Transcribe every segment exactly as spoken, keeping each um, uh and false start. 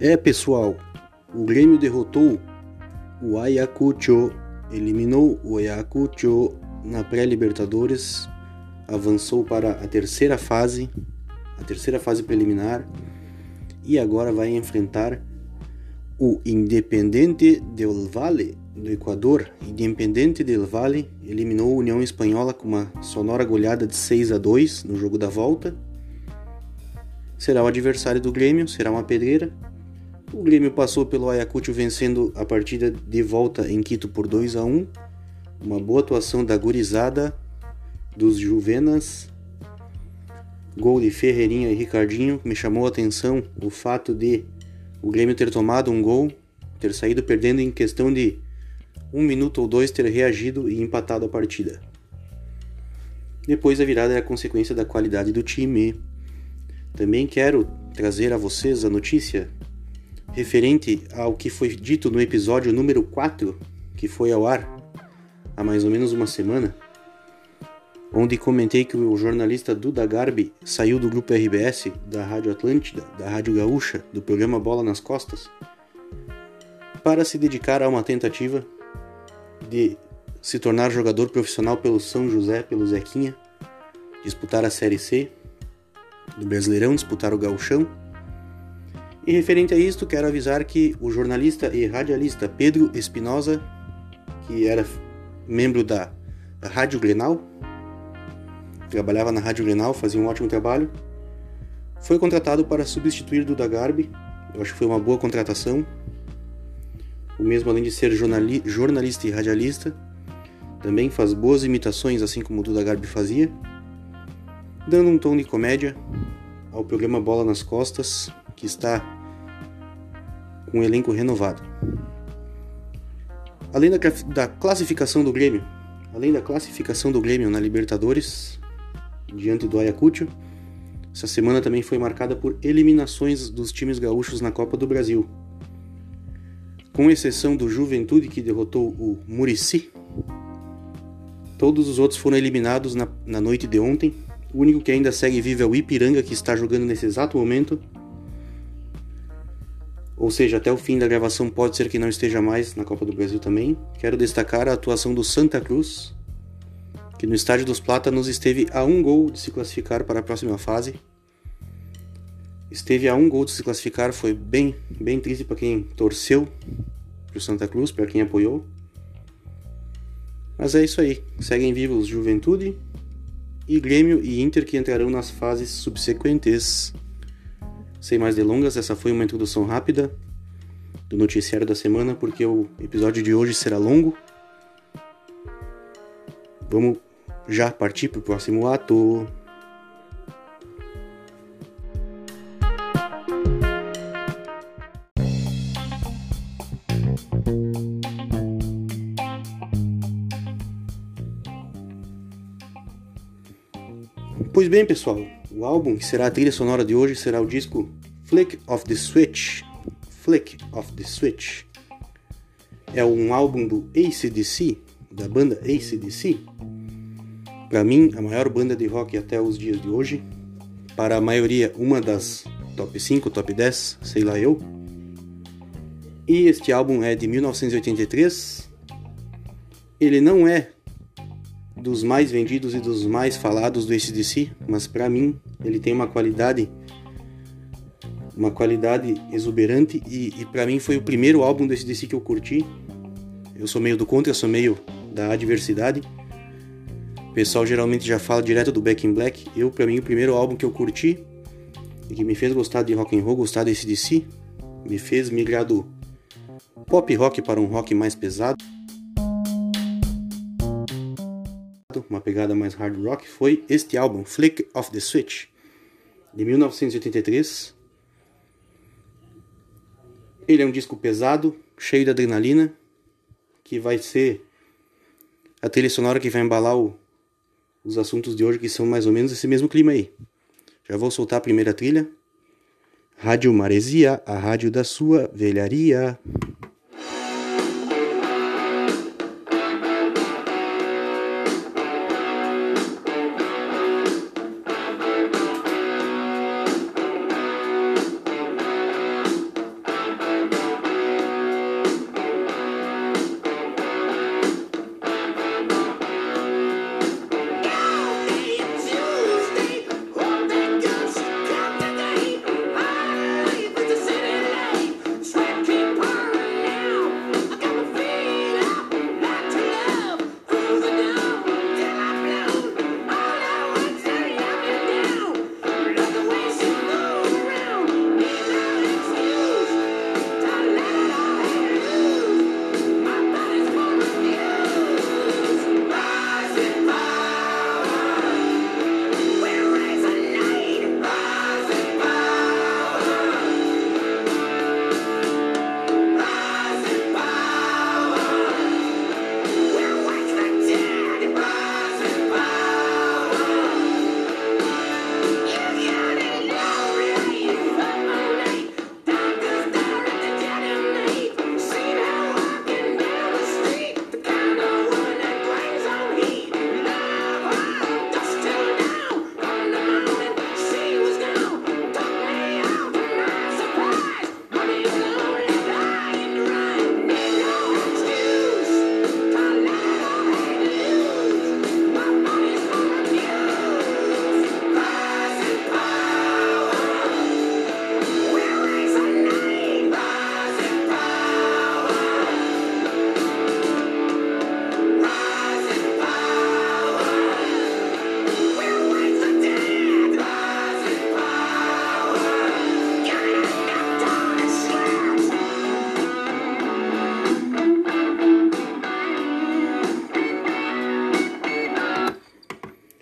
É, pessoal, o Grêmio derrotou o Ayacucho, eliminou o Ayacucho na pré-Libertadores, avançou para a terceira fase, a terceira fase preliminar, e agora vai enfrentar o Independiente del Valle do Equador. Independiente del Valle eliminou a União Espanhola com uma sonora goleada de seis a dois no jogo da volta. Será o adversário do Grêmio, será uma pedreira. O Grêmio passou pelo Ayacucho vencendo a partida de volta em Quito por dois a um. Uma boa atuação da gurizada, dos Juvenas. Gol de Ferreirinha e Ricardinho. Me chamou a atenção o fato de o Grêmio ter tomado um gol, ter saído perdendo em questão de um minuto ou dois, ter reagido e empatado a partida. Depois a virada é a consequência da qualidade do time. Também quero trazer a vocês a notícia referente ao que foi dito no episódio número quatro, que foi ao ar há mais ou menos uma semana, onde comentei que o jornalista Duda Garbi saiu do grupo R B S, da Rádio Atlântida, da Rádio Gaúcha, do programa Bola nas Costas, para se dedicar a uma tentativa de se tornar jogador profissional pelo São José, pelo Zequinha, disputar a Série C do Brasileirão, disputar o Gauchão. E referente a isto, quero avisar que o jornalista e radialista Pedro Espinosa, que era membro da Rádio Grenal, trabalhava na Rádio Grenal, fazia um ótimo trabalho, foi contratado para substituir Duda Garbi. Eu acho que foi uma boa contratação. O mesmo, além de ser jornali- jornalista e radialista, também faz boas imitações, assim como o Duda Garbi fazia, dando um tom de comédia ao programa Bola nas Costas, que está com um elenco renovado. Além da, da classificação do Grêmio, além da classificação do Grêmio na Libertadores, diante do Ayacucho, essa semana também foi marcada por eliminações dos times gaúchos na Copa do Brasil. Com exceção do Juventude, que derrotou o Muricy, todos os outros foram eliminados na, na noite de ontem. O único que ainda segue vivo é o Ipiranga, que está jogando nesse exato momento. Ou seja, até o fim da gravação pode ser que não esteja mais na Copa do Brasil também. Quero destacar a atuação do Santa Cruz, que no Estádio dos Plátanos esteve a um gol de se classificar para a próxima fase. Esteve a um gol de se classificar, foi bem, bem triste para quem torceu para o Santa Cruz, para quem apoiou. Mas é isso aí, seguem vivos Juventude e Grêmio e Inter, que entrarão nas fases subsequentes. Sem mais delongas, essa foi uma introdução rápida do noticiário da semana, porque o episódio de hoje será longo. Vamos já partir para o próximo ato. Pois bem, pessoal, o álbum que será a trilha sonora de hoje será o disco Flick of the Switch. Flick of the Switch é um álbum do A C D C, da banda A C D C. Para mim, a maior banda de rock até os dias de hoje. Para a maioria, uma das top cinco, top dez, sei lá eu. E este álbum é de mil novecentos e oitenta e três. Ele não é dos mais vendidos e dos mais falados do A C D C, mas para mim ele tem uma qualidade uma qualidade exuberante e, e para mim foi o primeiro álbum do A C D C que eu curti. Eu sou meio do contra, sou meio da adversidade. O pessoal geralmente já fala direto do Back in Black. Eu, para mim, o primeiro álbum que eu curti e que me fez gostar de rock and roll, gostar do A C D C, me fez migrar do pop rock para um rock mais pesado, uma pegada mais hard rock, foi este álbum, Flick of the Switch, de mil novecentos e oitenta e três. Ele é um disco pesado, cheio de adrenalina, que vai ser a trilha sonora que vai embalar o, os assuntos de hoje, que são mais ou menos esse mesmo clima aí. Já vou soltar a primeira trilha. Rádio Maresia, a rádio da sua velharia.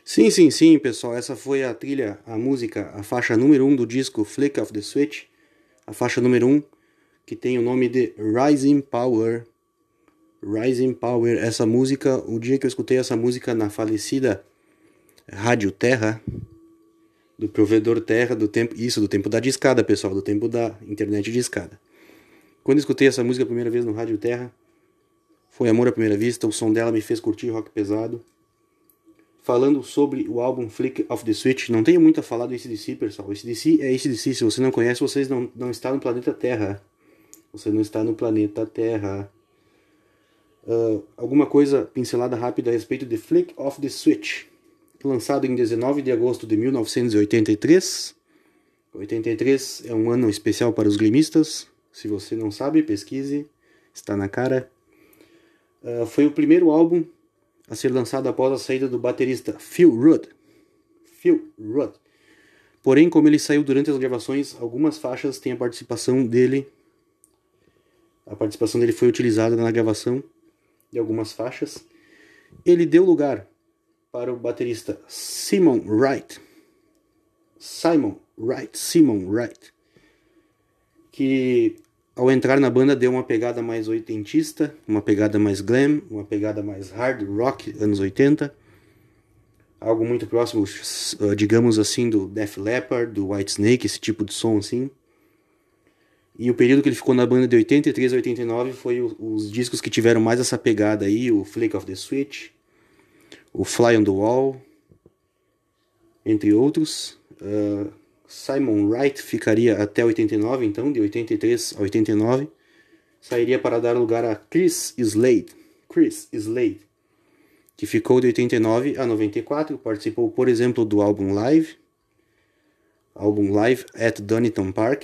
Sim, sim, sim, pessoal. Essa foi a trilha, a música, a faixa número um do disco Flick of the Switch. A faixa número um, que tem o nome de Rising Power. Rising Power. Essa música, o dia que eu escutei essa música na falecida Rádio Terra, do provedor Terra, do tempo, isso, do tempo da discada, pessoal, do tempo da internet discada. Quando eu escutei essa música a primeira vez no Rádio Terra, foi amor à primeira vista. O som dela me fez curtir rock pesado. Falando sobre o álbum Flick of the Switch, não tenho muito a falar do A C D C, pessoal. A C D C é A C D C. Se você não conhece, você não, não está no planeta Terra. Você não está no planeta Terra. Uh, alguma coisa pincelada rápida a respeito de Flick of the Switch. Lançado em dezenove de agosto de mil novecentos e oitenta e três. oitenta e três é um ano especial para os gremistas. Se você não sabe, pesquise. Está na cara. Uh, foi o primeiro álbum a ser lançado após a saída do baterista Phil Rudd. Phil Rudd. Porém, como ele saiu durante as gravações, algumas faixas têm a participação dele. A participação dele foi utilizada na gravação de algumas faixas. Ele deu lugar para o baterista Simon Wright. Simon Wright. Simon Wright. Que ao entrar na banda deu uma pegada mais oitentista, uma pegada mais glam, uma pegada mais hard rock, anos oitenta. Algo muito próximo, digamos assim, do Def Leppard, do Whitesnake, esse tipo de som assim. E o período que ele ficou na banda de oitenta e três a oitenta e nove foi os discos que tiveram mais essa pegada aí, o Flick of the Switch, o Fly on the Wall, entre outros. Uh, Simon Wright ficaria até oitenta e nove, então, de oitenta e três a oitenta e nove. Sairia para dar lugar a Chris Slade. Chris Slade, que ficou de oitenta e nove a noventa e quatro. Participou, por exemplo, do álbum Live. Álbum Live at Donington Park.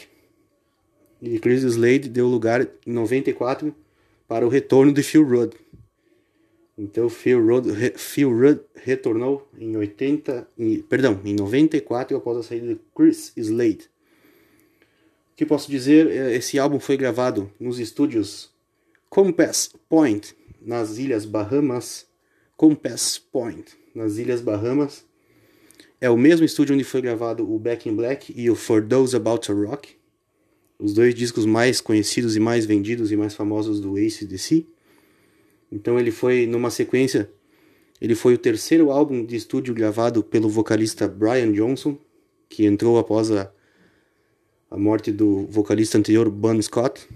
E Chris Slade deu lugar em noventa e quatro para o retorno de Phil Rudd. Então Phil Rudd, Phil Rudd retornou em oitenta, em, perdão, em noventa e quatro após a saída de Chris Slade. O que posso dizer? Esse álbum foi gravado nos estúdios Compass Point, nas Ilhas Bahamas. Compass Point, nas Ilhas Bahamas. É o mesmo estúdio onde foi gravado o Back in Black e o For Those About to Rock, os dois discos mais conhecidos e mais vendidos e mais famosos do A C D C. Então ele foi, numa sequência, ele foi o terceiro álbum de estúdio gravado pelo vocalista Brian Johnson, que entrou após a, a morte do vocalista anterior, Bon Scott.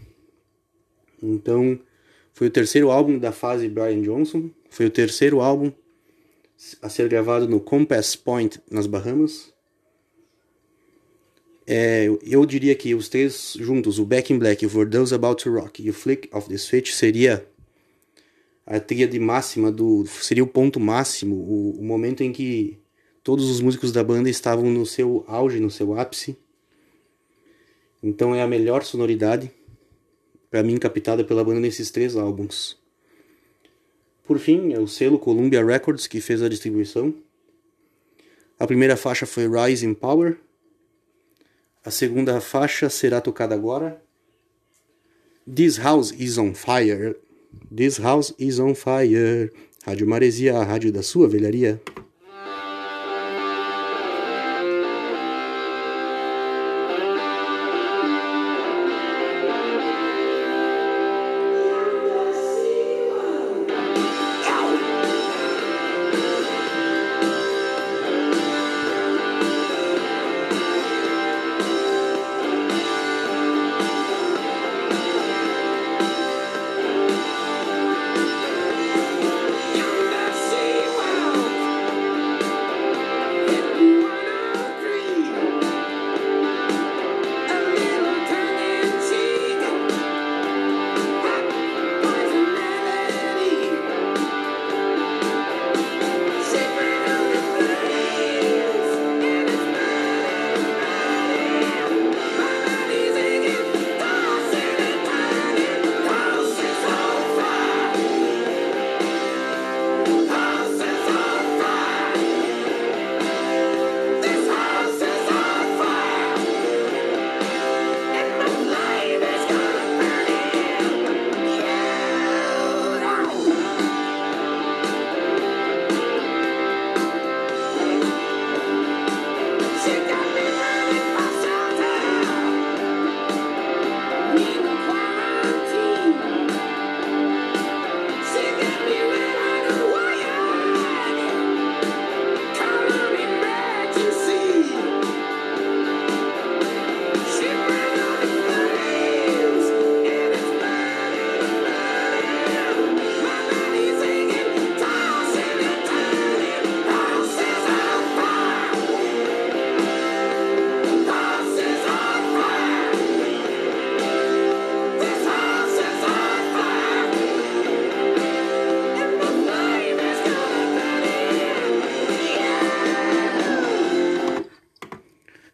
Então, foi o terceiro álbum da fase Brian Johnson, foi o terceiro álbum a ser gravado no Compass Point, nas Bahamas. É, eu diria que os três juntos, o Back in Black, o For Those About to Rock e o Flick of the Switch, seria a tríade máxima, do, seria o ponto máximo, o, o momento em que todos os músicos da banda estavam no seu auge, no seu ápice. Então é a melhor sonoridade, para mim, captada pela banda nesses três álbuns. Por fim, é o selo Columbia Records que fez a distribuição. A primeira faixa foi Rising Power. A segunda faixa será tocada agora. This House is on Fire. This House is on Fire. Rádio Maresia, a rádio da sua velharia.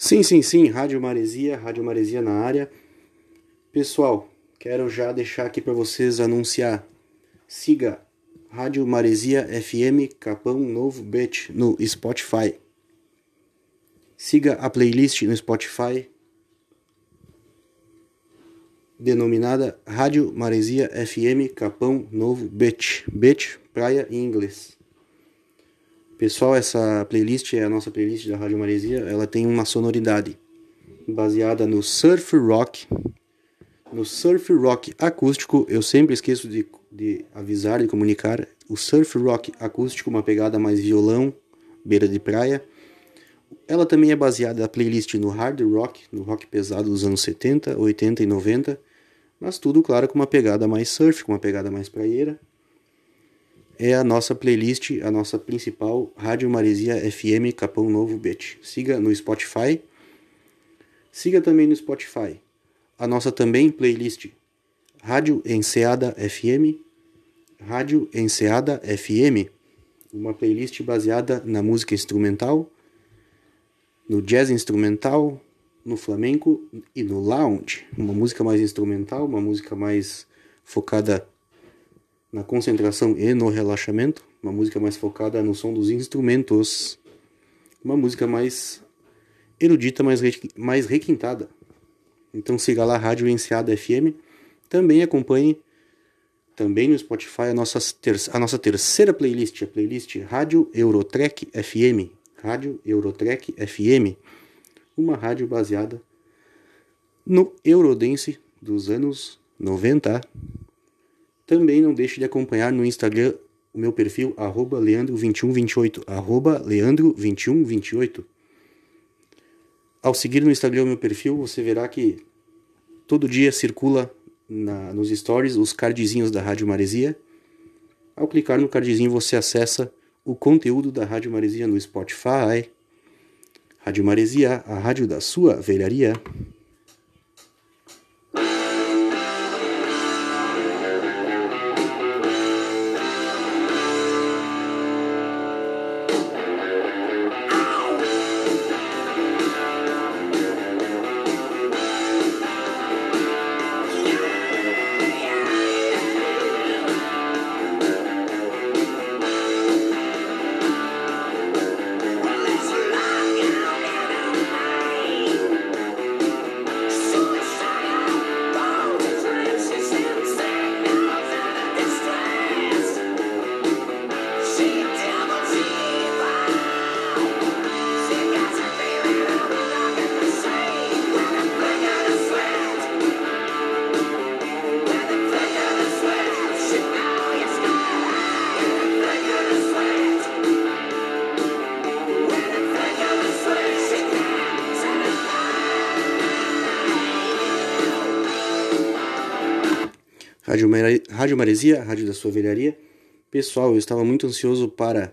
Sim, sim, sim, Rádio Maresia, Rádio Maresia na área. Pessoal, quero já deixar aqui para vocês anunciar. Siga Rádio Maresia F M Capão Novo Beach no Spotify. Siga a playlist no Spotify denominada Rádio Maresia F M Capão Novo Beach. Beach, praia em inglês. Pessoal, essa playlist é a nossa playlist da Rádio Maresia. Ela tem uma sonoridade baseada no surf rock. No surf rock acústico, eu sempre esqueço de, de avisar, de comunicar. O surf rock acústico, uma pegada mais violão, beira de praia. Ela também é baseada na playlist no hard rock, no rock pesado dos anos setenta, oitenta e noventa. Mas tudo, claro, com uma pegada mais surf, com uma pegada mais praieira. É a nossa playlist, a nossa principal Rádio Maresia F M Capão Novo Beach. Siga no Spotify. Siga também no Spotify a nossa também playlist Rádio Enseada F M. Rádio Enseada F M. Uma playlist baseada na música instrumental, no jazz instrumental, no flamenco e no lounge. Uma música mais instrumental, uma música mais focada na concentração e no relaxamento, uma música mais focada no som dos instrumentos, uma música mais erudita, mais, mais requintada. Então siga lá a Rádio Enseada F M, também acompanhe, também no Spotify, a nossa, ter- a nossa terceira playlist, a playlist Rádio Eurotrek F M, Rádio Eurotrek F M, uma rádio baseada no Eurodance dos anos noventa. Também não deixe de acompanhar no Instagram o meu perfil, arroba leandro vinte e um vinte e oito, arroba leandro vinte e um vinte e oito. Ao seguir no Instagram o meu perfil, você verá que todo dia circula na, nos stories os cardzinhos da Rádio Maresia. Ao clicar no cardzinho você acessa o conteúdo da Rádio Maresia no Spotify. Rádio Maresia, a rádio da sua velharia. Rádio, Mare... Rádio Maresia, rádio da sua velharia. Pessoal, eu estava muito ansioso para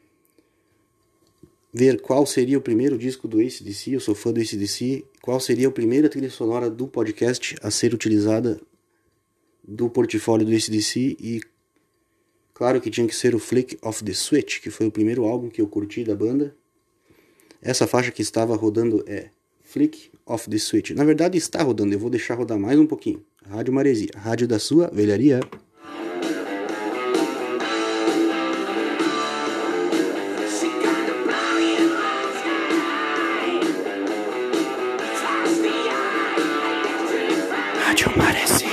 ver qual seria o primeiro disco do A C D C, eu sou fã do A C D C, qual seria a primeira trilha sonora do podcast a ser utilizada do portfólio do A C D C, e claro que tinha que ser o Flick of the Switch, que foi o primeiro álbum que eu curti da banda. Essa faixa que estava rodando é Flick of the Switch. Na verdade está rodando, eu vou deixar rodar mais um pouquinho. Rádio Maresia, rádio da sua velharia. Rádio Maresia.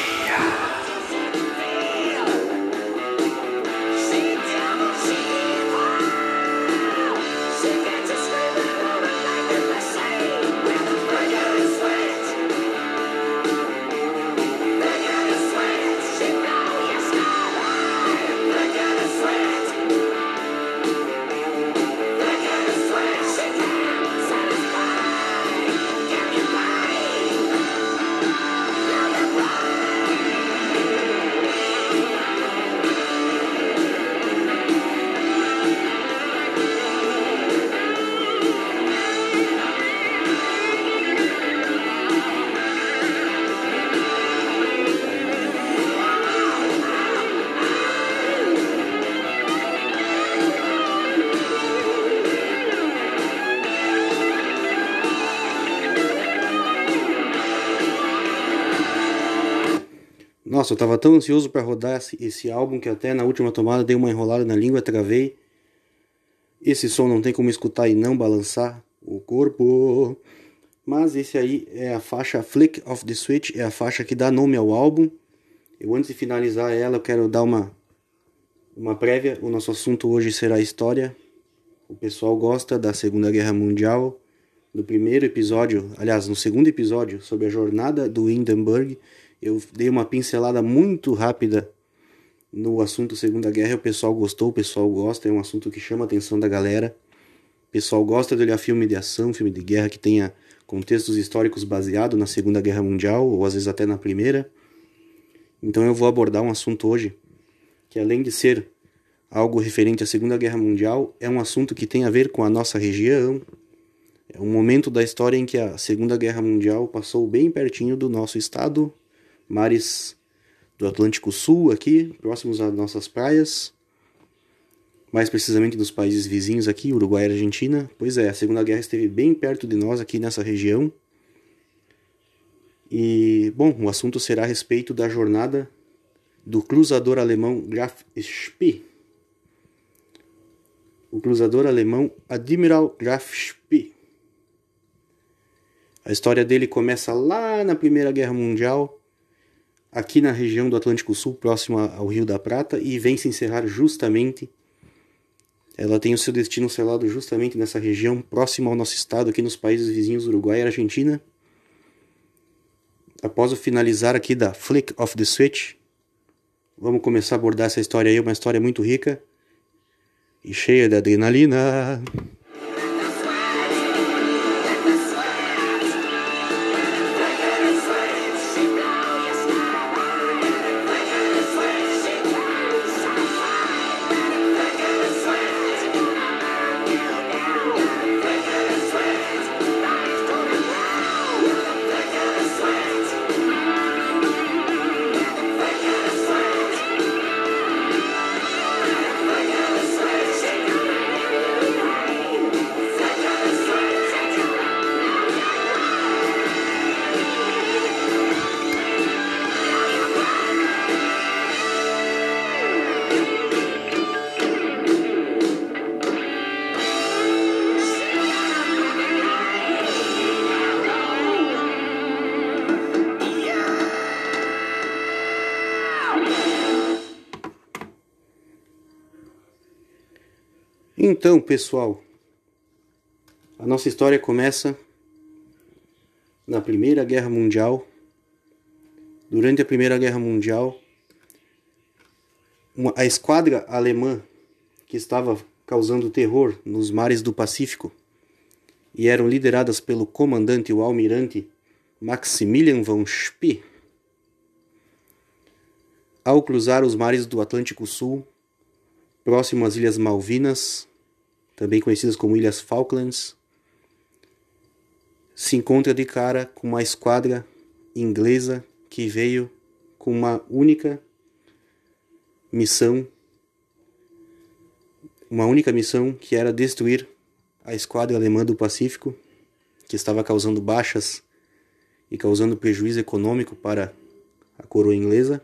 Nossa, eu tava tão ansioso para rodar esse, esse álbum que até na última tomada dei uma enrolada na língua, travei. Esse som não tem como escutar e não balançar o corpo. Mas esse aí é a faixa Flick of the Switch, é a faixa que dá nome ao álbum. Eu, antes de finalizar ela, eu quero dar uma, uma prévia. O nosso assunto hoje será história. O pessoal gosta da Segunda Guerra Mundial. No primeiro episódio, aliás, no segundo episódio, sobre a jornada do Hindenburg, eu dei uma pincelada muito rápida no assunto Segunda Guerra. O pessoal gostou, o pessoal gosta, é um assunto que chama a atenção da galera. O pessoal gosta de olhar filme de ação, filme de guerra que tenha contextos históricos baseados na Segunda Guerra Mundial, ou às vezes até na Primeira. Então eu vou abordar um assunto hoje que, além de ser algo referente à Segunda Guerra Mundial, é um assunto que tem a ver com a nossa região. É um momento da história em que a Segunda Guerra Mundial passou bem pertinho do nosso estado, mares do Atlântico Sul aqui, próximos às nossas praias, mais precisamente dos países vizinhos aqui, Uruguai e Argentina. Pois é, a Segunda Guerra esteve bem perto de nós aqui nessa região. E, bom, o assunto será a respeito da jornada do cruzador alemão Graf Spee. O cruzador alemão Admiral Graf Spee. A história dele começa lá na Primeira Guerra Mundial, aqui na região do Atlântico Sul, próximo ao Rio da Prata, e vem se encerrar justamente, ela tem o seu destino selado justamente nessa região, próximo ao nosso estado, aqui nos países vizinhos Uruguai e Argentina. Após o finalizar aqui da Flick of the Switch, vamos começar a abordar essa história aí, uma história muito rica e cheia de adrenalina. Então, pessoal, a nossa história começa na Primeira Guerra Mundial. Durante a Primeira Guerra Mundial, uma, a esquadra alemã que estava causando terror nos mares do Pacífico e eram lideradas pelo comandante, o almirante Maximilian von Spee, ao cruzar os mares do Atlântico Sul, próximo às Ilhas Malvinas, também conhecidas como Ilhas Falklands, se encontra de cara com uma esquadra inglesa que veio com uma única missão, uma única missão que era destruir a esquadra alemã do Pacífico, que estava causando baixas e causando prejuízo econômico para a coroa inglesa.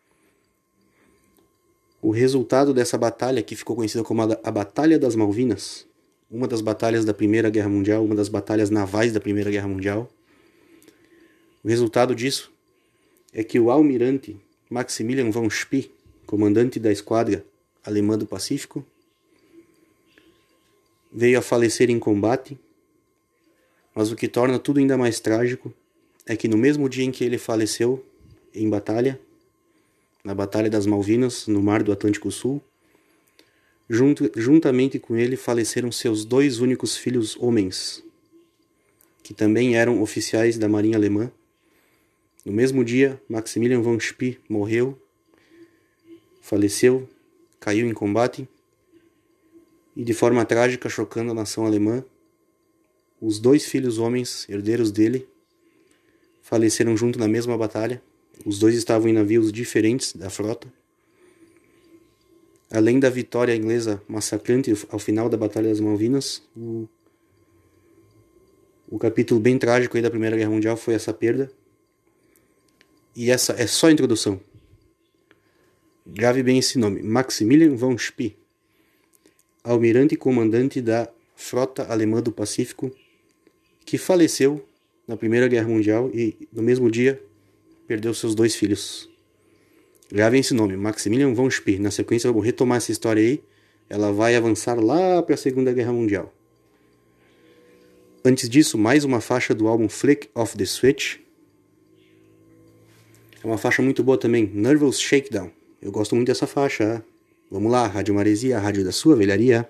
O resultado dessa batalha, que ficou conhecida como a Batalha das Malvinas, uma das batalhas da Primeira Guerra Mundial, uma das batalhas navais da Primeira Guerra Mundial, o resultado disso é que o almirante Maximilian von Spee, comandante da esquadra alemã do Pacífico, veio a falecer em combate, mas o que torna tudo ainda mais trágico é que no mesmo dia em que ele faleceu em batalha, na Batalha das Malvinas, no mar do Atlântico Sul, junto, juntamente com ele faleceram seus dois únicos filhos homens, que também eram oficiais da Marinha Alemã. No mesmo dia, Maximilian von Spee morreu, faleceu, caiu em combate, e de forma trágica, chocando a nação alemã, os dois filhos homens, herdeiros dele, faleceram junto na mesma batalha. Os dois estavam em navios diferentes da frota. Além da vitória inglesa massacrante ao final da Batalha das Malvinas, o, o capítulo bem trágico aí da Primeira Guerra Mundial foi essa perda. E essa é só a introdução. Grave bem esse nome, Maximilian von Spee, almirante e comandante da frota alemã do Pacífico, que faleceu na Primeira Guerra Mundial e, no mesmo dia, perdeu seus dois filhos. Gravem esse nome, Maximilian von Spee. Na sequência eu vou retomar essa história aí. Ela vai avançar lá para a Segunda Guerra Mundial. Antes disso, mais uma faixa do álbum Flick of the Switch. É uma faixa muito boa também, Nervous Shakedown. Eu gosto muito dessa faixa. Vamos lá, Rádio Maresia, a rádio da sua velharia.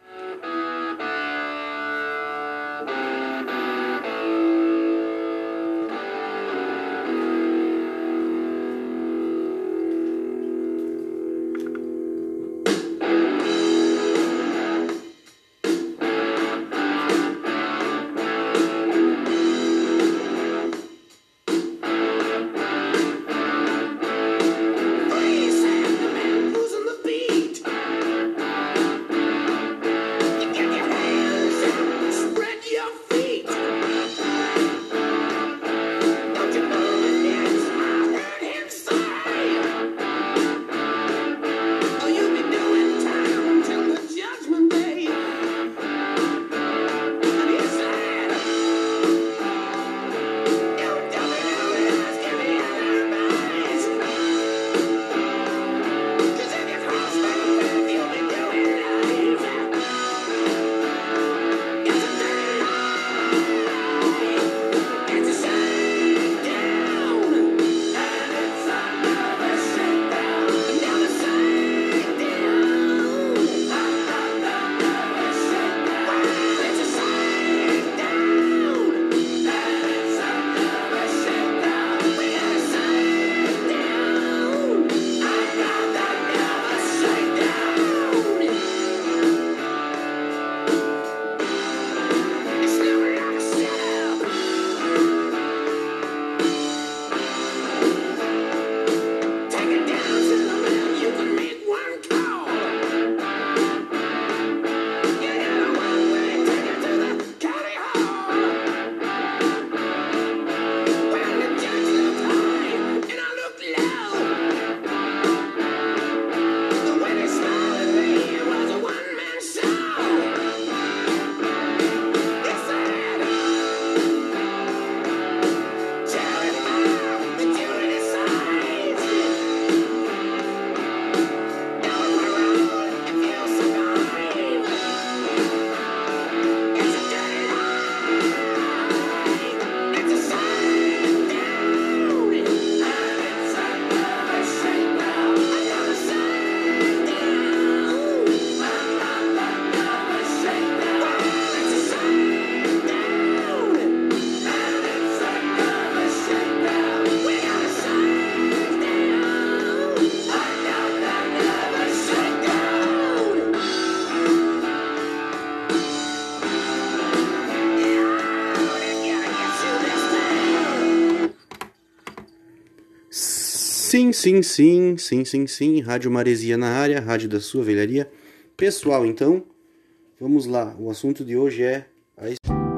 Sim, sim, sim, sim, sim, sim, Rádio Maresia na área, rádio da sua velharia. Pessoal, então, vamos lá. O assunto de hoje é a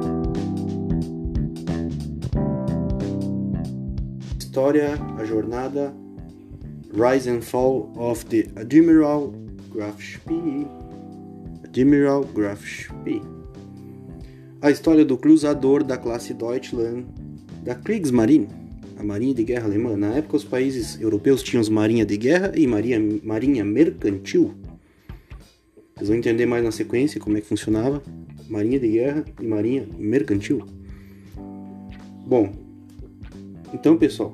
história, a jornada, Rise and Fall of the Admiral Graf Spee. Admiral Graf Spee. A história do cruzador da classe Deutschland, da Kriegsmarine, a marinha de guerra alemã. Na época, os países europeus tinham marinha de guerra e marinha, marinha mercantil. Vocês vão entender mais na sequência como é que funcionava. Marinha de guerra e marinha mercantil. Bom, então, pessoal,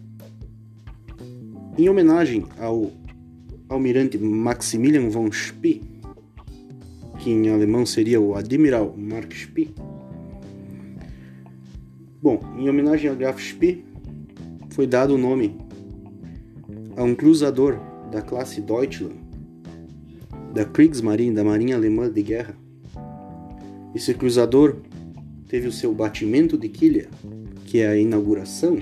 em homenagem ao almirante Maximilian von Spee, que em alemão seria o Admiral Mark Spee. Bom, em homenagem ao Graf Spee, foi dado o nome a um cruzador da classe Deutschland, da Kriegsmarine, da marinha alemã de guerra. Esse cruzador teve o seu batimento de quilha, que é a inauguração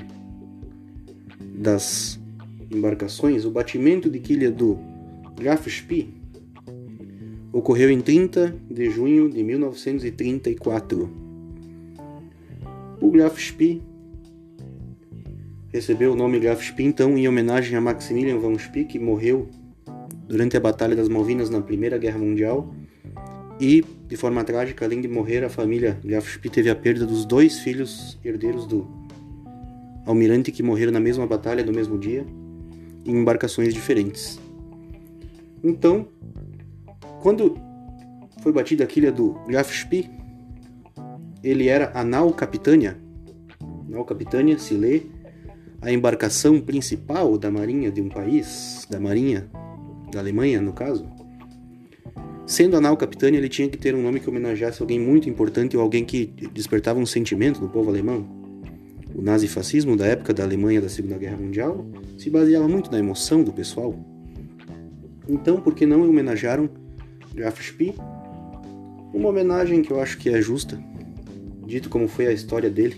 das embarcações. O batimento de quilha do Graf Spee ocorreu em trinta de junho de mil novecentos e trinta e quatro. O Graf Spee recebeu o nome Graf Spee, então, em homenagem a Maximilian von Spee, que morreu durante a Batalha das Malvinas na Primeira Guerra Mundial. E, de forma trágica, além de morrer, a família Graf Spee teve a perda dos dois filhos herdeiros do almirante que morreram na mesma batalha, no mesmo dia, em embarcações diferentes. Então, quando foi batida a quilha do Graf Spee, ele era a nau Capitânia. Nau Capitânia se lê a embarcação principal da marinha de um país, da marinha da Alemanha, no caso. Sendo a nau Capitânia, ele tinha que ter um nome que homenageasse alguém muito importante ou alguém que despertava um sentimento no povo alemão. O nazifascismo da época da Alemanha da Segunda Guerra Mundial se baseava muito na emoção do pessoal. Então, por que não homenagearam Graf Spee? Uma homenagem que eu acho que é justa, dito como foi a história dele.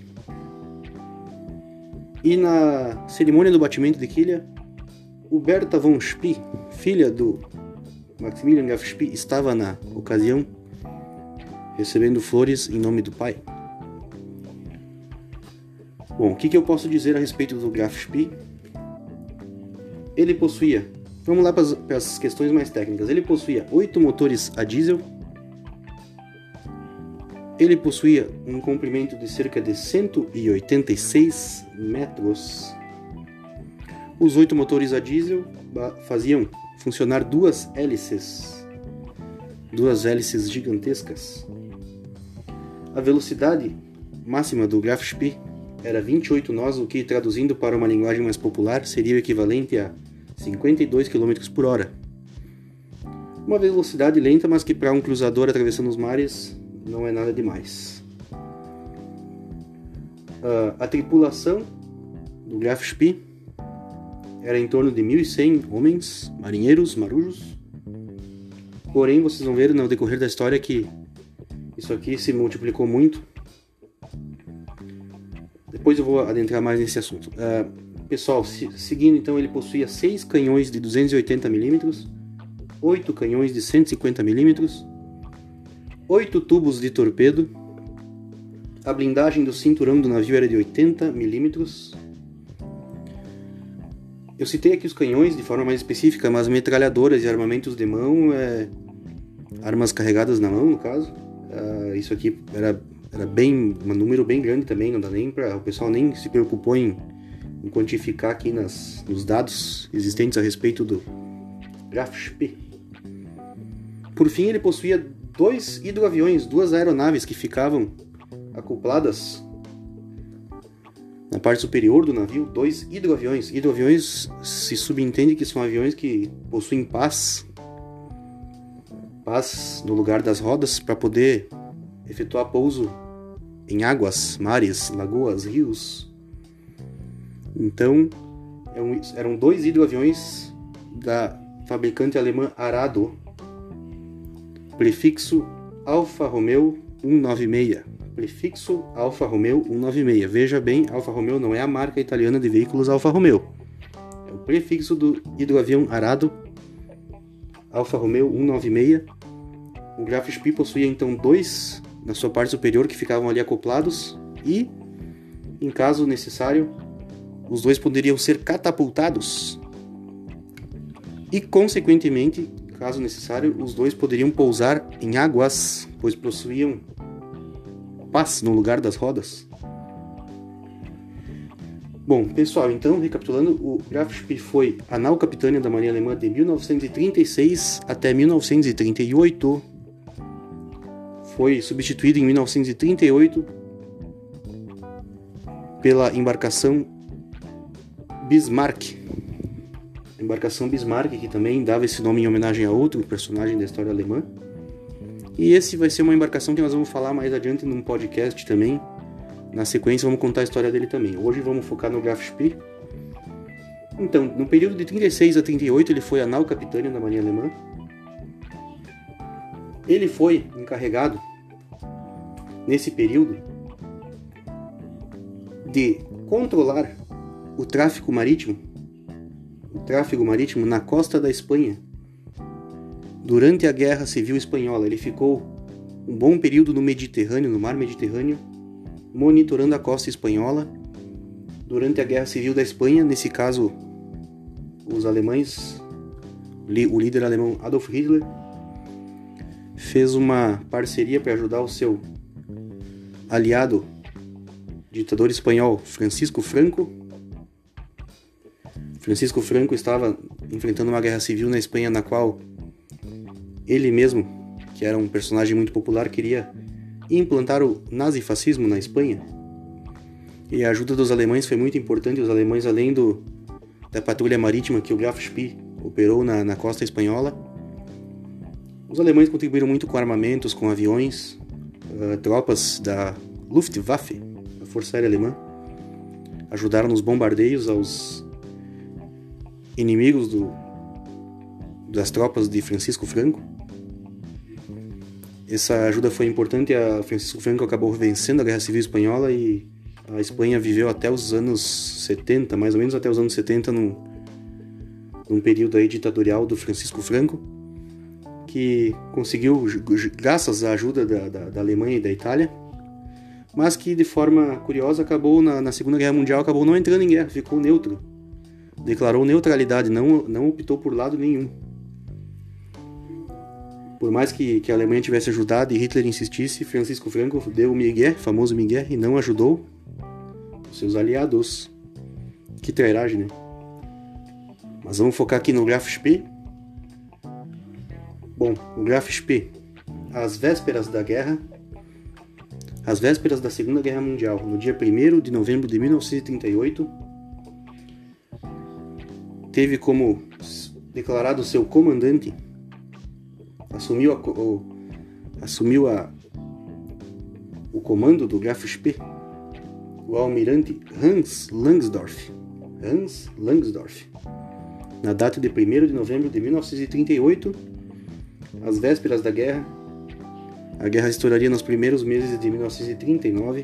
E na cerimônia do batimento de quilha, o Bertha von Spee, filha do Maximilian Graf Spee, estava na ocasião recebendo flores em nome do pai. Bom, o que, que eu posso dizer a respeito do Graf Spee? Ele possuía, vamos lá para as questões mais técnicas, ele possuía oito motores a diesel, ele possuía um comprimento de cerca de cento e oitenta e seis metros. Os oito motores a diesel faziam funcionar duas hélices, duas hélices gigantescas. A velocidade máxima do Graf Spee era vinte e oito nós, o que, traduzindo para uma linguagem mais popular, seria o equivalente a cinquenta e dois quilômetros por hora. Uma velocidade lenta, mas que para um cruzador atravessando os mares não é nada demais. Uh, a tripulação do Graf Spee era em torno de mil e cem homens, marinheiros, marujos. Porém, vocês vão ver no decorrer da história que isso aqui se multiplicou muito. Depois eu vou adentrar mais nesse assunto. Uh, pessoal, se, seguindo então, ele possuía seis canhões de duzentos e oitenta milímetros, oito canhões de cento e cinquenta milímetros, oito tubos de torpedo. A blindagem do cinturão do navio era de oitenta milímetros. Eu citei aqui os canhões de forma mais específica, mas metralhadoras e armamentos de mão, é, armas carregadas na mão, no caso. Uh, isso aqui era, era bem, um número bem grande também, não dá nem pra, o pessoal nem se preocupou em, em quantificar aqui nas, nos dados existentes a respeito do Graf Spee. Por fim, ele possuía dois hidroaviões, duas aeronaves que ficavam acopladas na parte superior do navio, dois hidroaviões. Hidroaviões se subentende que são aviões que possuem pás, pás no lugar das rodas para poder efetuar pouso em águas, mares, lagoas, rios. Então, eram dois hidroaviões da fabricante alemã Arado, prefixo Alfa Romeo cento e noventa e seis. Prefixo Alfa Romeo cento e noventa e seis. Veja bem, Alfa Romeo não é a marca italiana de veículos Alfa Romeo. É o prefixo do hidroavião Arado, Alfa Romeo cento e noventa e seis. O Graf Spee possuía então dois na sua parte superior que ficavam ali acoplados e, em caso necessário, os dois poderiam ser catapultados e, consequentemente, caso necessário, os dois poderiam pousar em águas, pois possuíam pás no lugar das rodas. Bom, pessoal, então, recapitulando, o Graf Spee foi a nau Capitânia da Marinha Alemã de mil novecentos e trinta e seis até mil novecentos e trinta e oito. Foi substituído em mil novecentos e trinta e oito pela embarcação Bismarck. A embarcação Bismarck, que também dava esse nome em homenagem a outro personagem da história alemã. E esse vai ser uma embarcação que nós vamos falar mais adiante num podcast também. Na sequência vamos contar a história dele também. Hoje vamos focar no Graf Spee. Então, no período de trinta e seis a trinta e oito ele foi a nau Capitânia da Marinha Alemã. Ele foi encarregado, nesse período, de controlar o tráfego marítimo, o tráfego marítimo na costa da Espanha. Durante a Guerra Civil Espanhola, ele ficou um bom período no Mediterrâneo, no mar Mediterrâneo, monitorando a costa espanhola, durante a Guerra Civil da Espanha, nesse caso, os alemães, o líder alemão Adolf Hitler, fez uma parceria para ajudar o seu aliado, ditador espanhol Francisco Franco. Francisco Franco estava enfrentando uma guerra civil na Espanha, na qual ele mesmo, que era um personagem muito popular, queria implantar o nazifascismo na Espanha. E a ajuda dos alemães foi muito importante. Os alemães, além do, da patrulha marítima que o Graf Spee operou na, na costa espanhola, os alemães contribuíram muito com armamentos, com aviões, uh, tropas da Luftwaffe, a Força Aérea Alemã, ajudaram nos bombardeios aos inimigos do, das tropas de Francisco Franco. Essa ajuda foi importante. A Francisco Franco acabou vencendo a Guerra Civil Espanhola e a Espanha viveu até os anos setenta, mais ou menos até os anos setenta, num, num período aí ditatorial do Francisco Franco, que conseguiu, graças à ajuda da, da, da Alemanha e da Itália, mas que de forma curiosa acabou na, na Segunda Guerra Mundial, acabou não entrando em guerra, ficou neutro, declarou neutralidade, não, não optou por lado nenhum. Por mais que, que a Alemanha tivesse ajudado e Hitler insistisse, Francisco Franco deu o migué, famoso migué, e não ajudou os seus aliados. Que trairagem, né? Mas vamos focar aqui no Graf Spee. Bom, o Graf Spee, às vésperas da guerra, às vésperas da Segunda Guerra Mundial, no dia primeiro de novembro de mil novecentos e trinta e oito, teve como declarado seu comandante, assumiu, a, o, assumiu a, o comando do Graf Spee, o almirante Hans Langsdorff, Hans Langsdorff, na data de primeiro de novembro de mil novecentos e trinta e oito, às vésperas da guerra. A guerra estouraria nos primeiros meses de mil novecentos e trinta e nove.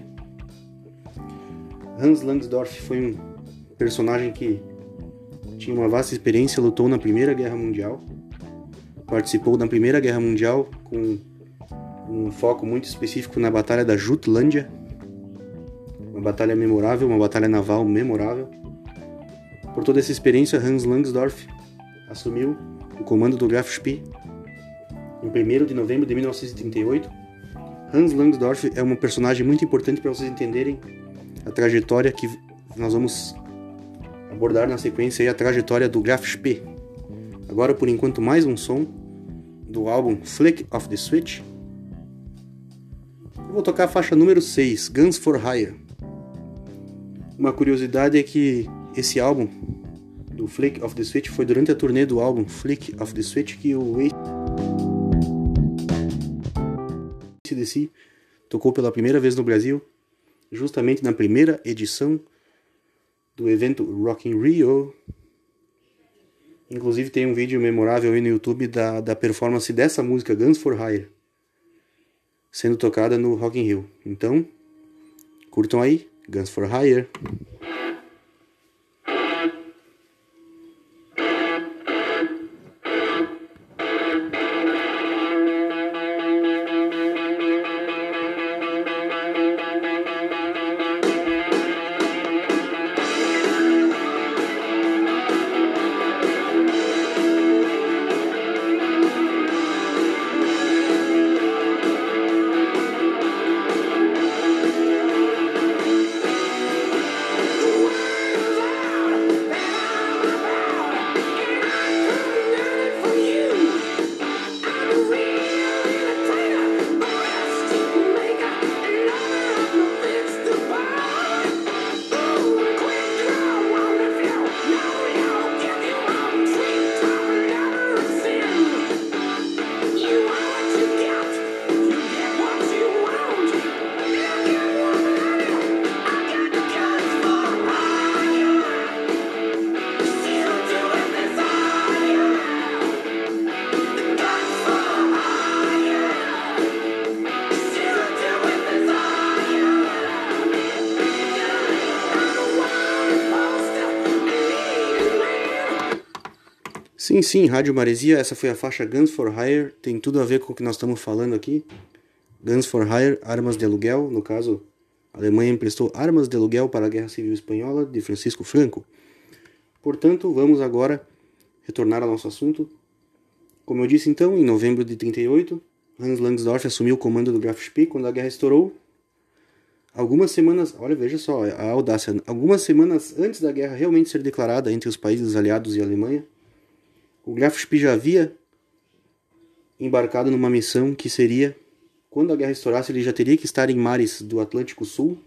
Hans Langsdorff foi um personagem que tinha uma vasta experiência, lutou na Primeira Guerra Mundial, participou da Primeira Guerra Mundial com um foco muito específico na Batalha da Jutlândia, uma batalha memorável, uma batalha naval memorável. Por toda essa experiência, Hans Langsdorff assumiu o comando do Graf Spee em primeiro de novembro de mil novecentos e trinta e oito. Hans Langsdorff é um personagem muito importante para vocês entenderem a trajetória que nós vamos abordar na sequência, aí, a trajetória do Graf Spee. Agora, por enquanto, mais um som do álbum Flick of the Switch. Eu vou tocar a faixa número seis, Guns for Hire. Uma curiosidade é que esse álbum do Flick of the Switch foi durante a turnê do álbum Flick of the Switch que o A C D C tocou pela primeira vez no Brasil, justamente na primeira edição do evento Rock in Rio. Inclusive tem um vídeo memorável aí no YouTube da, da performance dessa música, Guns for Hire, sendo tocada no Rock in Rio. Então, curtam aí, Guns for Hire. Sim, sim, Rádio Maresia, essa foi a faixa Guns for Hire, tem tudo a ver com o que nós estamos falando aqui. Guns for Hire, armas de aluguel, no caso, A Alemanha emprestou armas de aluguel para a Guerra Civil Espanhola de Francisco Franco. Portanto, vamos agora retornar ao nosso assunto. Como eu disse então, em novembro de trinta e oito, Hans Langsdorff assumiu o comando do Graf Spee quando a guerra estourou. Algumas semanas, olha, veja só a audácia, algumas semanas antes da guerra realmente ser declarada entre os países aliados e a Alemanha, o Graf Spee já havia embarcado numa missão que seria, quando a guerra estourasse, ele já teria que estar em mares do Atlântico Sul,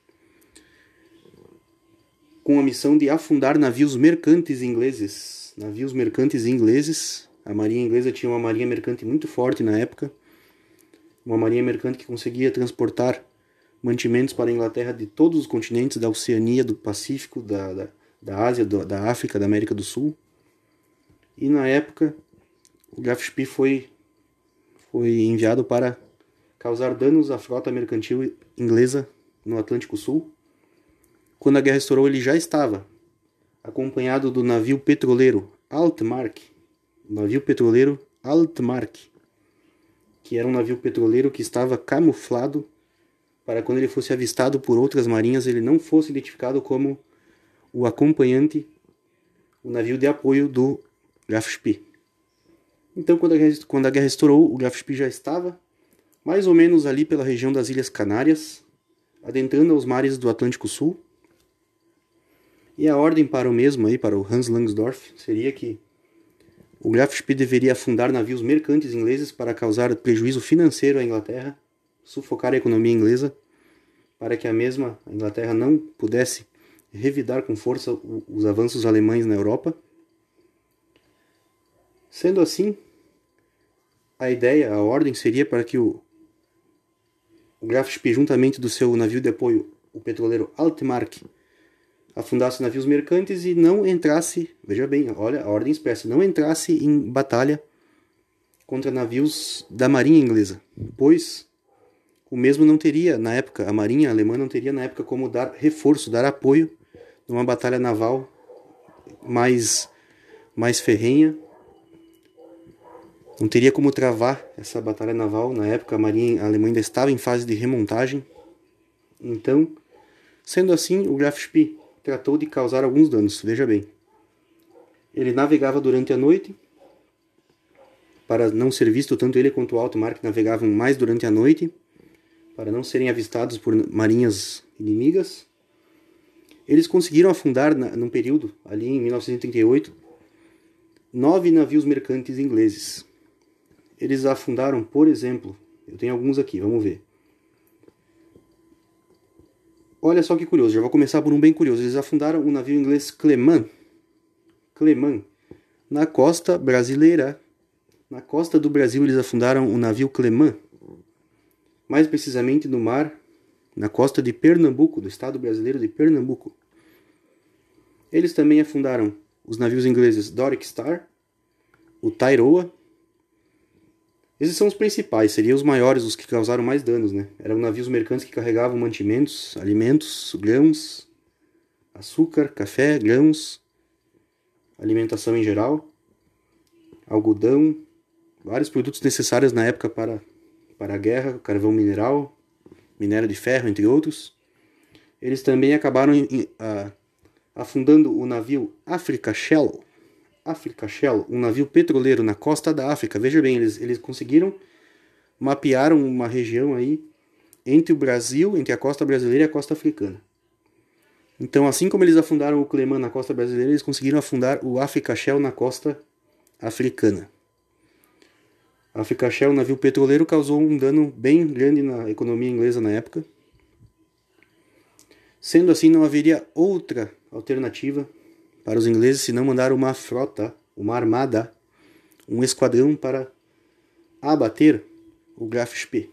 com a missão de afundar navios mercantes ingleses. Navios mercantes ingleses. A marinha inglesa tinha uma marinha mercante muito forte na época, uma marinha mercante que conseguia transportar mantimentos para a Inglaterra de todos os continentes, da Oceania, do Pacífico, da, da, da Ásia, do, da África, da América do Sul. E na época, o Graf Spee foi, foi enviado para causar danos à frota mercantil inglesa no Atlântico Sul. Quando a guerra estourou, ele já estava acompanhado do navio petroleiro Altmark, navio petroleiro Altmark, que era um navio petroleiro que estava camuflado para quando ele fosse avistado por outras marinhas, ele não fosse identificado como o acompanhante, o navio de apoio do Graf Spee. Então, quando a guerra, quando a guerra estourou, o Graf Spee já estava mais ou menos ali pela região das Ilhas Canárias, adentrando aos mares do Atlântico Sul. E a ordem para o mesmo, aí, para o Hans Langsdorff, seria que o Graf Spee deveria afundar navios mercantes ingleses para causar prejuízo financeiro à Inglaterra, sufocar a economia inglesa, para que a mesma Inglaterra não pudesse revidar com força os avanços alemães na Europa. Sendo assim, a ideia, a ordem seria para que o, o Graf Spee, juntamente do seu navio de apoio, o petroleiro Altmark, afundasse navios mercantes e não entrasse, veja bem, olha a ordem expressa, não entrasse em batalha contra navios da marinha inglesa, pois o mesmo não teria, na época, a marinha alemã não teria na época como dar reforço, dar apoio numa batalha naval mais, mais ferrenha. Não teria como travar essa batalha naval. Na época a marinha alemã ainda estava em fase de remontagem. Então, sendo assim, o Graf Spee tratou de causar alguns danos. Veja bem, ele navegava durante a noite, para não ser visto, tanto ele quanto o Altmark navegavam mais durante a noite, para não serem avistados por marinhas inimigas. Eles conseguiram afundar, na, num período, ali em mil novecentos e trinta e oito, nove navios mercantes ingleses. Eles afundaram, por exemplo, eu tenho alguns aqui, vamos ver. Olha só que curioso, já vou começar por um bem curioso. Eles afundaram o navio inglês Cleman, Cleman, na costa brasileira. Na costa do Brasil eles afundaram o navio Cleman. Mais precisamente no mar, na costa de Pernambuco, do estado brasileiro de Pernambuco. Eles também afundaram os navios ingleses Doric Star, o Tairoa. Esses são os principais, seriam os maiores, os que causaram mais danos, né? Eram navios mercantes que carregavam mantimentos, alimentos, grãos, açúcar, café, grãos, alimentação em geral, algodão, vários produtos necessários na época para para a guerra, carvão mineral, minério de ferro, entre outros. Eles também acabaram em, em, a, afundando o navio Africa Shell, Africa Shell, um navio petroleiro na costa da África. Veja bem, eles, eles conseguiram mapear uma região aí entre o Brasil, entre a costa brasileira e a costa africana. Então, assim como eles afundaram o Cleman na costa brasileira, eles conseguiram afundar o Africa Shell na costa africana. A Africa Shell, um navio petroleiro, causou um dano bem grande na economia inglesa na época. Sendo assim, não haveria outra alternativa para os ingleses se não mandar uma frota, uma armada, um esquadrão para abater o Graf Spee.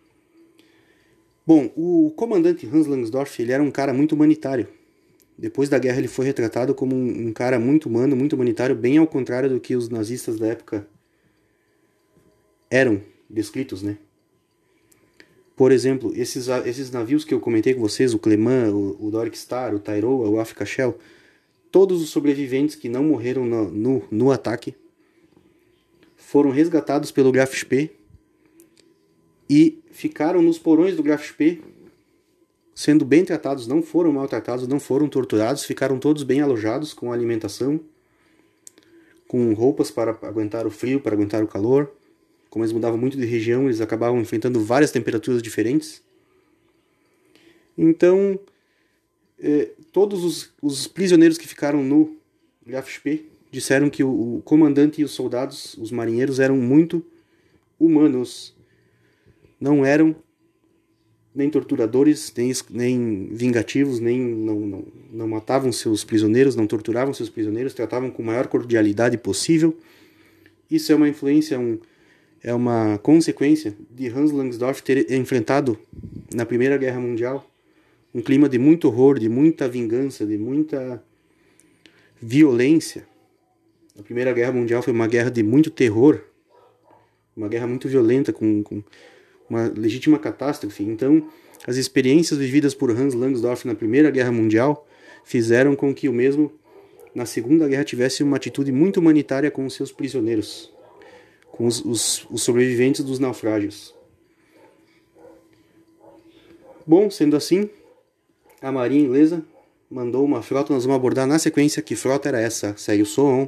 Bom, o comandante Hans Langsdorff, ele era um cara muito humanitário. Depois da guerra ele foi retratado como um, um cara muito humano, muito humanitário, bem ao contrário do que os nazistas da época eram descritos, né? Por exemplo, esses, esses navios que eu comentei com vocês, o Cleman, o, o Doric Star, o Tairoa, o Africa Shell, todos os sobreviventes que não morreram no, no, no ataque foram resgatados pelo Graf Spee e ficaram nos porões do Graf Spee sendo bem tratados, não foram maltratados, não foram torturados, ficaram todos bem alojados, com alimentação, com roupas para aguentar o frio, para aguentar o calor. Como eles mudavam muito de região, eles acabavam enfrentando várias temperaturas diferentes. Então, eh, todos os, os prisioneiros que ficaram no Graf Spee disseram que o, o comandante e os soldados, os marinheiros, eram muito humanos. Não eram nem torturadores, nem, nem vingativos, nem não, não, não matavam seus prisioneiros, não torturavam seus prisioneiros, tratavam com a maior cordialidade possível. Isso é uma influência, um, é uma consequência de Hans Langsdorff ter enfrentado na Primeira Guerra Mundial um clima de muito horror, de muita vingança, de muita violência. A Primeira Guerra Mundial foi uma guerra de muito terror, uma guerra muito violenta, com, com uma legítima catástrofe. Então, as experiências vividas por Hans Langsdorff na Primeira Guerra Mundial fizeram com que o mesmo, na Segunda Guerra, tivesse uma atitude muito humanitária com os seus prisioneiros, com os, os, os sobreviventes dos naufrágios. Bom, sendo assim, a Marinha Inglesa mandou uma frota, nós vamos abordar na sequência que frota era essa. Segue o som.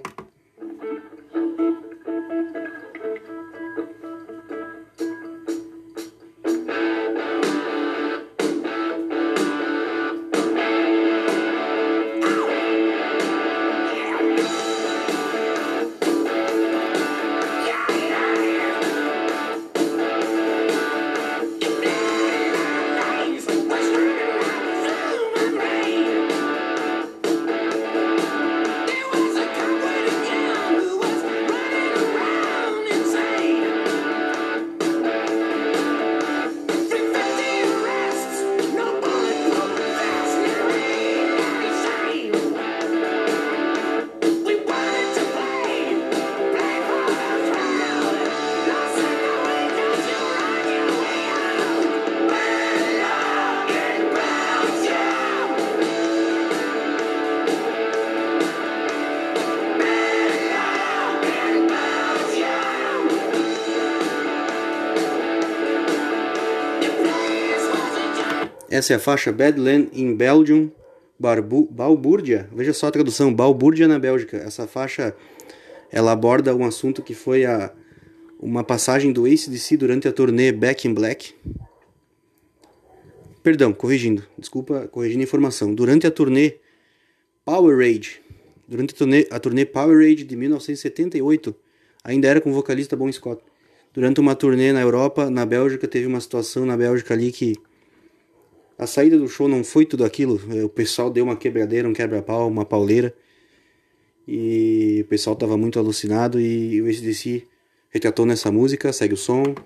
Essa é a faixa Badland in Belgium, Barbu, Balbúrdia. Veja só a tradução, Balbúrdia na Bélgica. Essa faixa, ela aborda um assunto que foi a, uma passagem do A C D C durante a turnê Back in Black. Perdão, corrigindo, desculpa, corrigindo a informação. Durante a turnê Power Rage, durante a turnê, a turnê Power Rage de mil novecentos e setenta e oito, ainda era com o vocalista Bon Scott. Durante uma turnê na Europa, na Bélgica, teve uma situação na Bélgica ali que a saída do show não foi tudo aquilo. O pessoal deu uma quebradeira, um quebra-pau, uma pauleira. E o pessoal estava muito alucinado e o A C D C retratou nessa música. Segue o som.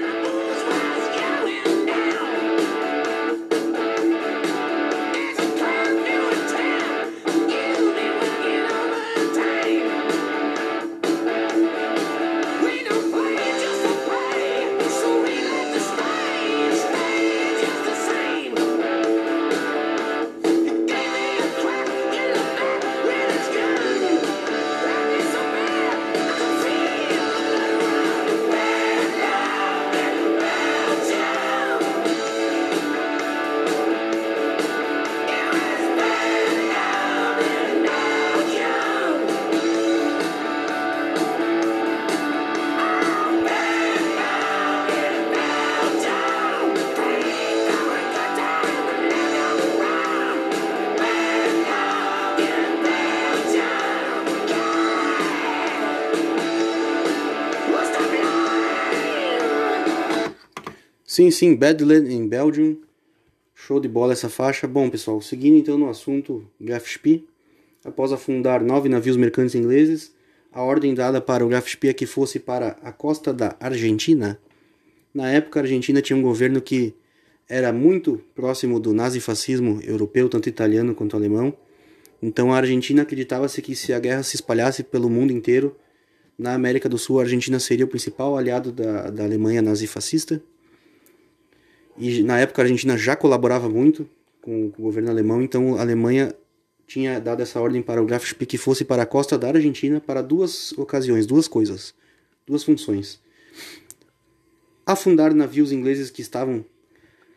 Sim, sim, Badland in Belgium. Show de bola essa faixa. Bom, pessoal, seguindo então no assunto Graf Spee. Após afundar nove navios mercantes ingleses, a ordem dada para o Graf Spee é que fosse para a costa da Argentina. Na época, a Argentina tinha um governo que era muito próximo do nazifascismo europeu, tanto italiano quanto alemão. Então a Argentina acreditava-se que se a guerra se espalhasse pelo mundo inteiro, na América do Sul a Argentina seria o principal aliado da, da Alemanha nazifascista. E na época a Argentina já colaborava muito com, com o governo alemão, então a Alemanha tinha dado essa ordem para o Graf Spee que fosse para a costa da Argentina para duas ocasiões, duas coisas, duas funções. Afundar navios ingleses que estavam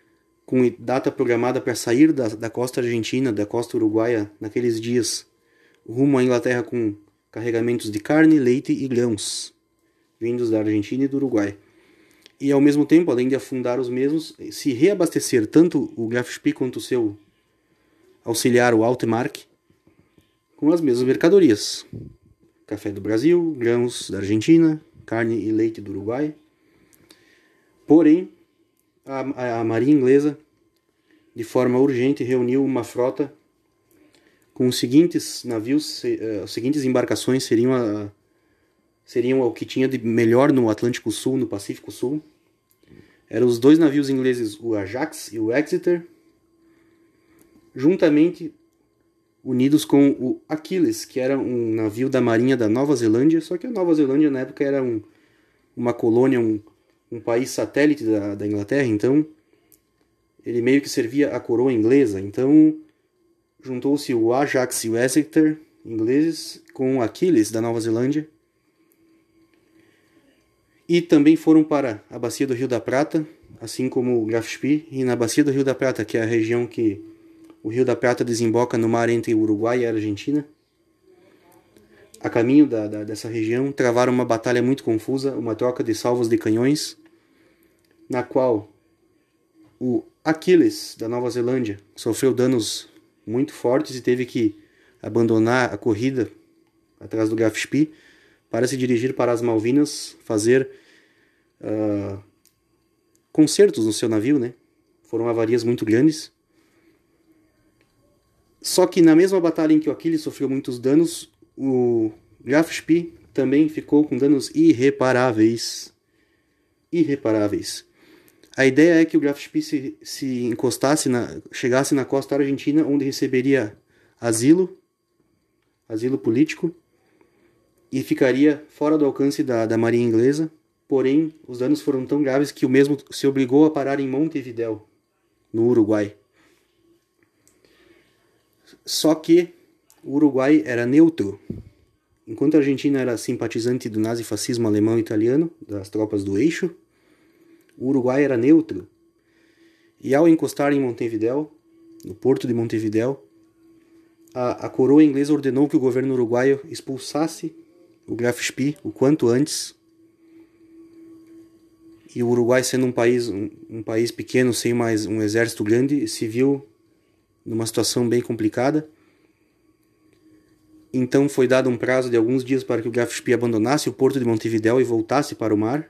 com data programada para sair da, da costa argentina, da costa uruguaia, naqueles dias, rumo à Inglaterra com carregamentos de carne, leite e grãos, vindos da Argentina e do Uruguai. E ao mesmo tempo, além de afundar os mesmos, se reabastecer tanto o Graf Spee quanto o seu auxiliar, o Altmark, com as mesmas mercadorias. Café do Brasil, grãos da Argentina, carne e leite do Uruguai. Porém, a, a, a Marinha Inglesa, de forma urgente, reuniu uma frota com os seguintes navios, as seguintes embarcações seriam, a, seriam o que tinha de melhor no Atlântico Sul, no Pacífico Sul. Eram os dois navios ingleses, o Ajax e o Exeter, juntamente unidos com o Achilles, que era um navio da Marinha da Nova Zelândia, só que a Nova Zelândia na época era um, uma colônia, um, um país satélite da, da Inglaterra, então ele meio que servia a coroa inglesa. Então juntou-se o Ajax e o Exeter ingleses com o Achilles da Nova Zelândia, e também foram para a Bacia do Rio da Prata, assim como o Graf Spee, e na Bacia do Rio da Prata, que é a região que o Rio da Prata desemboca no mar entre o Uruguai e a Argentina. A caminho da, da, dessa região, travaram uma batalha muito confusa, uma troca de salvos de canhões, na qual o Achilles, da Nova Zelândia, sofreu danos muito fortes e teve que abandonar a corrida atrás do Graf Spee para se dirigir para as Malvinas, fazer uh, concertos no seu navio, né? Foram avarias muito grandes. Só que na mesma batalha em que o Achilles sofreu muitos danos, o Graf Spee também ficou com danos irreparáveis. Irreparáveis. A ideia é que o Graf Spee se, se encostasse, na, chegasse na costa argentina, onde receberia asilo, asilo político, e ficaria fora do alcance da, da marinha inglesa. Porém, os danos foram tão graves que o mesmo se obrigou a parar em Montevidéu, no Uruguai. Só que o Uruguai era neutro. Enquanto a Argentina era simpatizante do nazifascismo alemão e italiano, das tropas do Eixo, o Uruguai era neutro. E ao encostar em Montevidéu, no porto de Montevidéu, a, a coroa inglesa ordenou que o governo uruguaio expulsasse o Graf Spee o quanto antes. E o Uruguai, sendo um país, um, um país pequeno, sem mais um exército grande, se viu numa situação bem complicada. Então foi dado um prazo de alguns dias para que o Graf Spee abandonasse o porto de Montevidéu e voltasse para o mar.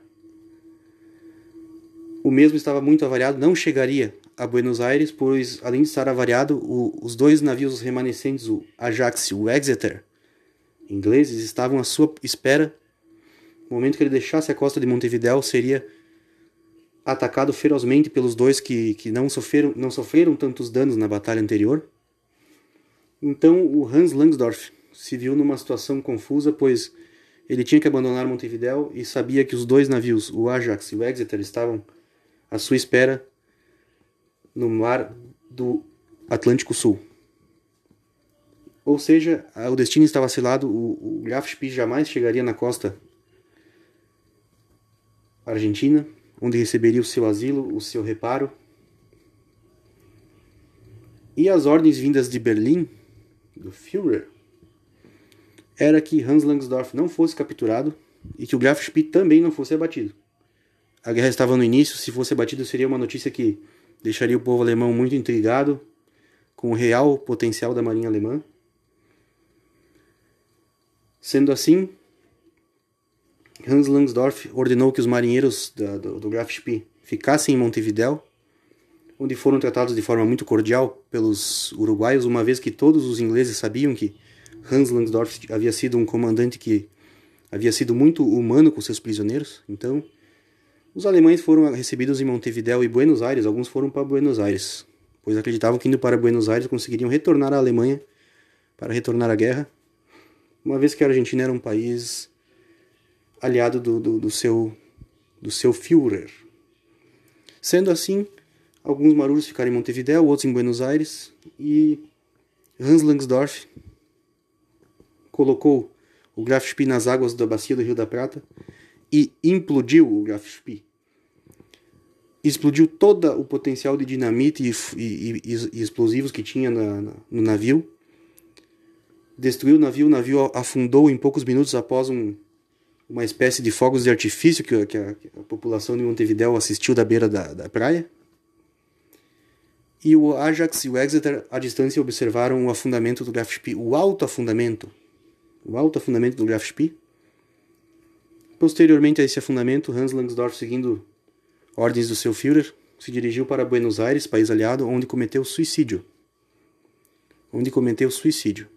O mesmo estava muito avariado, não chegaria a Buenos Aires, pois, além de estar avariado, o, os dois navios remanescentes, o Ajax e o Exeter, ingleses, estavam à sua espera. No momento que ele deixasse a costa de Montevidéu, seria atacado ferozmente pelos dois que, que não, sofreram, não sofreram tantos danos na batalha anterior. Então o Hans Langsdorff se viu numa situação confusa, pois ele tinha que abandonar Montevidéu e sabia que os dois navios, o Ajax e o Exeter, estavam à sua espera no mar do Atlântico Sul. Ou seja, o destino estava selado, o, o Graf Spee jamais chegaria na costa argentina, onde receberia o seu asilo, o seu reparo. E as ordens vindas de Berlim, do Führer, era que Hans Langsdorff não fosse capturado e que o Graf Spee também não fosse abatido. A guerra estava no início, se fosse abatido seria uma notícia que deixaria o povo alemão muito intrigado com o real potencial da marinha alemã. Sendo assim, Hans Langsdorff ordenou que os marinheiros da, do, do Graf Spee ficassem em Montevidéu, onde foram tratados de forma muito cordial pelos uruguaios, uma vez que todos os ingleses sabiam que Hans Langsdorff havia sido um comandante que havia sido muito humano com seus prisioneiros. Então, os alemães foram recebidos em Montevidéu e Buenos Aires. Alguns foram para Buenos Aires, pois acreditavam que indo para Buenos Aires conseguiriam retornar à Alemanha para retornar à guerra, uma vez que a Argentina era um país aliado do, do, do, seu, do seu Führer. Sendo assim, alguns marujos ficaram em Montevidéu, outros em Buenos Aires, e Hans Langsdorff colocou o Graf Spee nas águas da bacia do Rio da Prata e implodiu o Graf Spee. explodiu todo o potencial de dinamite e, e, e, e explosivos que tinha na, na, no navio. Destruiu o navio, o navio afundou em poucos minutos após um, uma espécie de fogos de artifício que, que, a, que a população de Montevidéu assistiu da beira da, da praia. E o Ajax e o Exeter, à distância, observaram o afundamento do Graf Spee, o alto afundamento, o alto afundamento do Graf Spee. Posteriormente a esse afundamento, Hans Langsdorff, seguindo ordens do seu Führer, se dirigiu para Buenos Aires, país aliado, onde cometeu suicídio. Onde cometeu suicídio.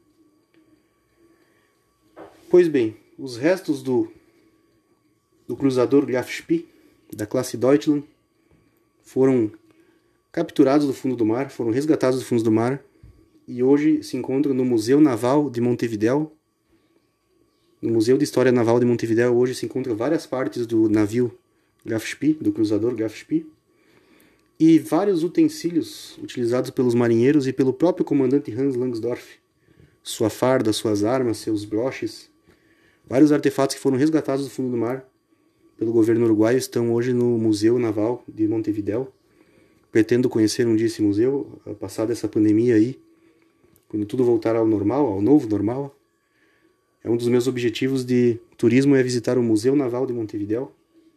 Pois bem, os restos do, do cruzador Graf Spee, da classe Deutschland, foram capturados do fundo do mar, foram resgatados do fundo do mar e hoje se encontram no Museu Naval de Montevidéu. No Museu de História Naval de Montevidéu hoje se encontram várias partes do navio Graf Spee, do cruzador Graf Spee, e vários utensílios utilizados pelos marinheiros e pelo próprio comandante Hans Langsdorff. Sua farda, suas armas, seus broches, vários artefatos que foram resgatados do fundo do mar pelo governo uruguaio estão hoje no Museu Naval de Montevidéu. Pretendo conhecer um dia esse museu, passada essa pandemia aí, quando tudo voltar ao normal, ao novo normal. É um dos meus objetivos de turismo é visitar o Museu Naval de Montevidéu.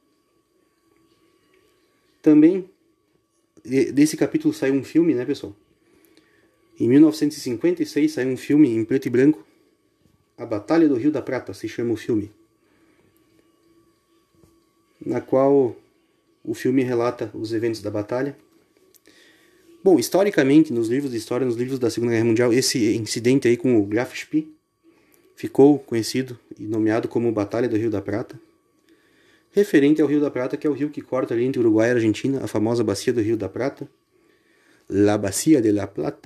Também, desse capítulo saiu um filme, né, pessoal? Em mil novecentos e cinquenta e seis saiu um filme em preto e branco, A Batalha do Rio da Prata, se chama o filme. Na qual o filme relata os eventos da batalha. Bom, historicamente, nos livros de história, nos livros da Segunda Guerra Mundial, esse incidente aí com o Graf Spee ficou conhecido e nomeado como Batalha do Rio da Prata, referente ao Rio da Prata, que é o rio que corta ali entre Uruguai e Argentina, a famosa bacia do Rio da Prata, La Bacia de la Plata.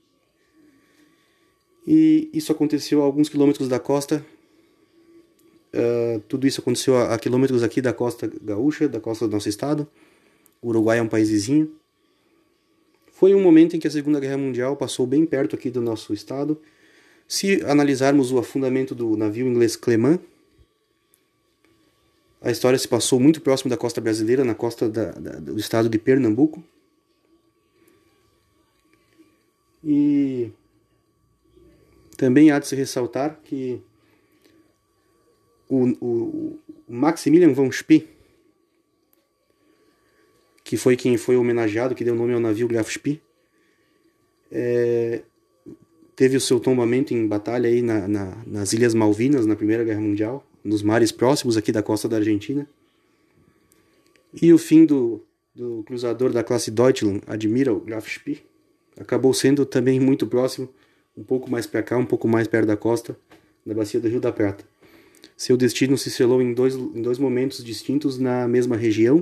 E isso aconteceu a alguns quilômetros da costa, uh, tudo isso aconteceu a, a quilômetros aqui da costa gaúcha, da costa do nosso estado. O Uruguai é um país vizinho. Foi um momento em que a Segunda Guerra Mundial passou bem perto aqui do nosso estado. Se analisarmos o afundamento do navio inglês Clermont, a história se passou muito próximo da costa brasileira, na costa da, da, do estado de Pernambuco. E também há de se ressaltar que o, o, o Maximilian von Spee, que foi quem foi homenageado, que deu nome ao navio Graf Spee, é, teve o seu tombamento em batalha aí na, na, nas Ilhas Malvinas, na Primeira Guerra Mundial, nos mares próximos aqui da costa da Argentina. E o fim do, do cruzador da classe Deutschland, Admiral Graf Spee, acabou sendo também muito próximo, um pouco mais para cá, um pouco mais perto da costa, da bacia do Rio da Prata. Seu destino se selou em dois, em dois momentos distintos na mesma região.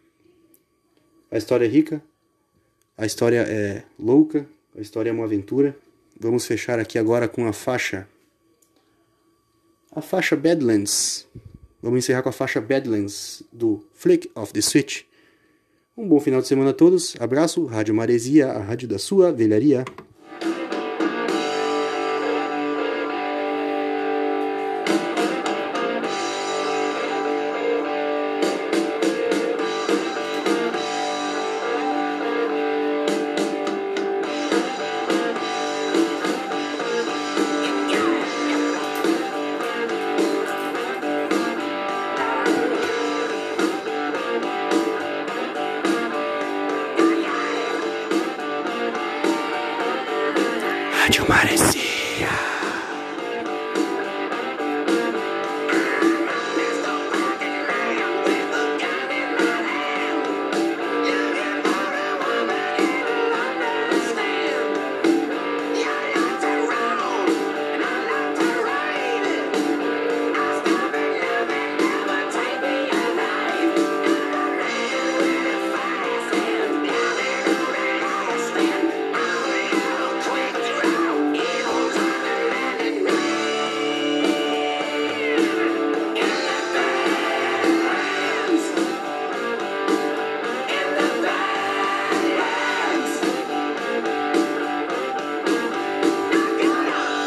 A história é rica, a história é louca, a história é uma aventura. Vamos fechar aqui agora com a faixa. A faixa Badlands. Vamos encerrar com a faixa Badlands do Flick of the Switch. Um bom final de semana a todos. Abraço, Rádio Maresia, a rádio da sua velharia. Rádio Maresia.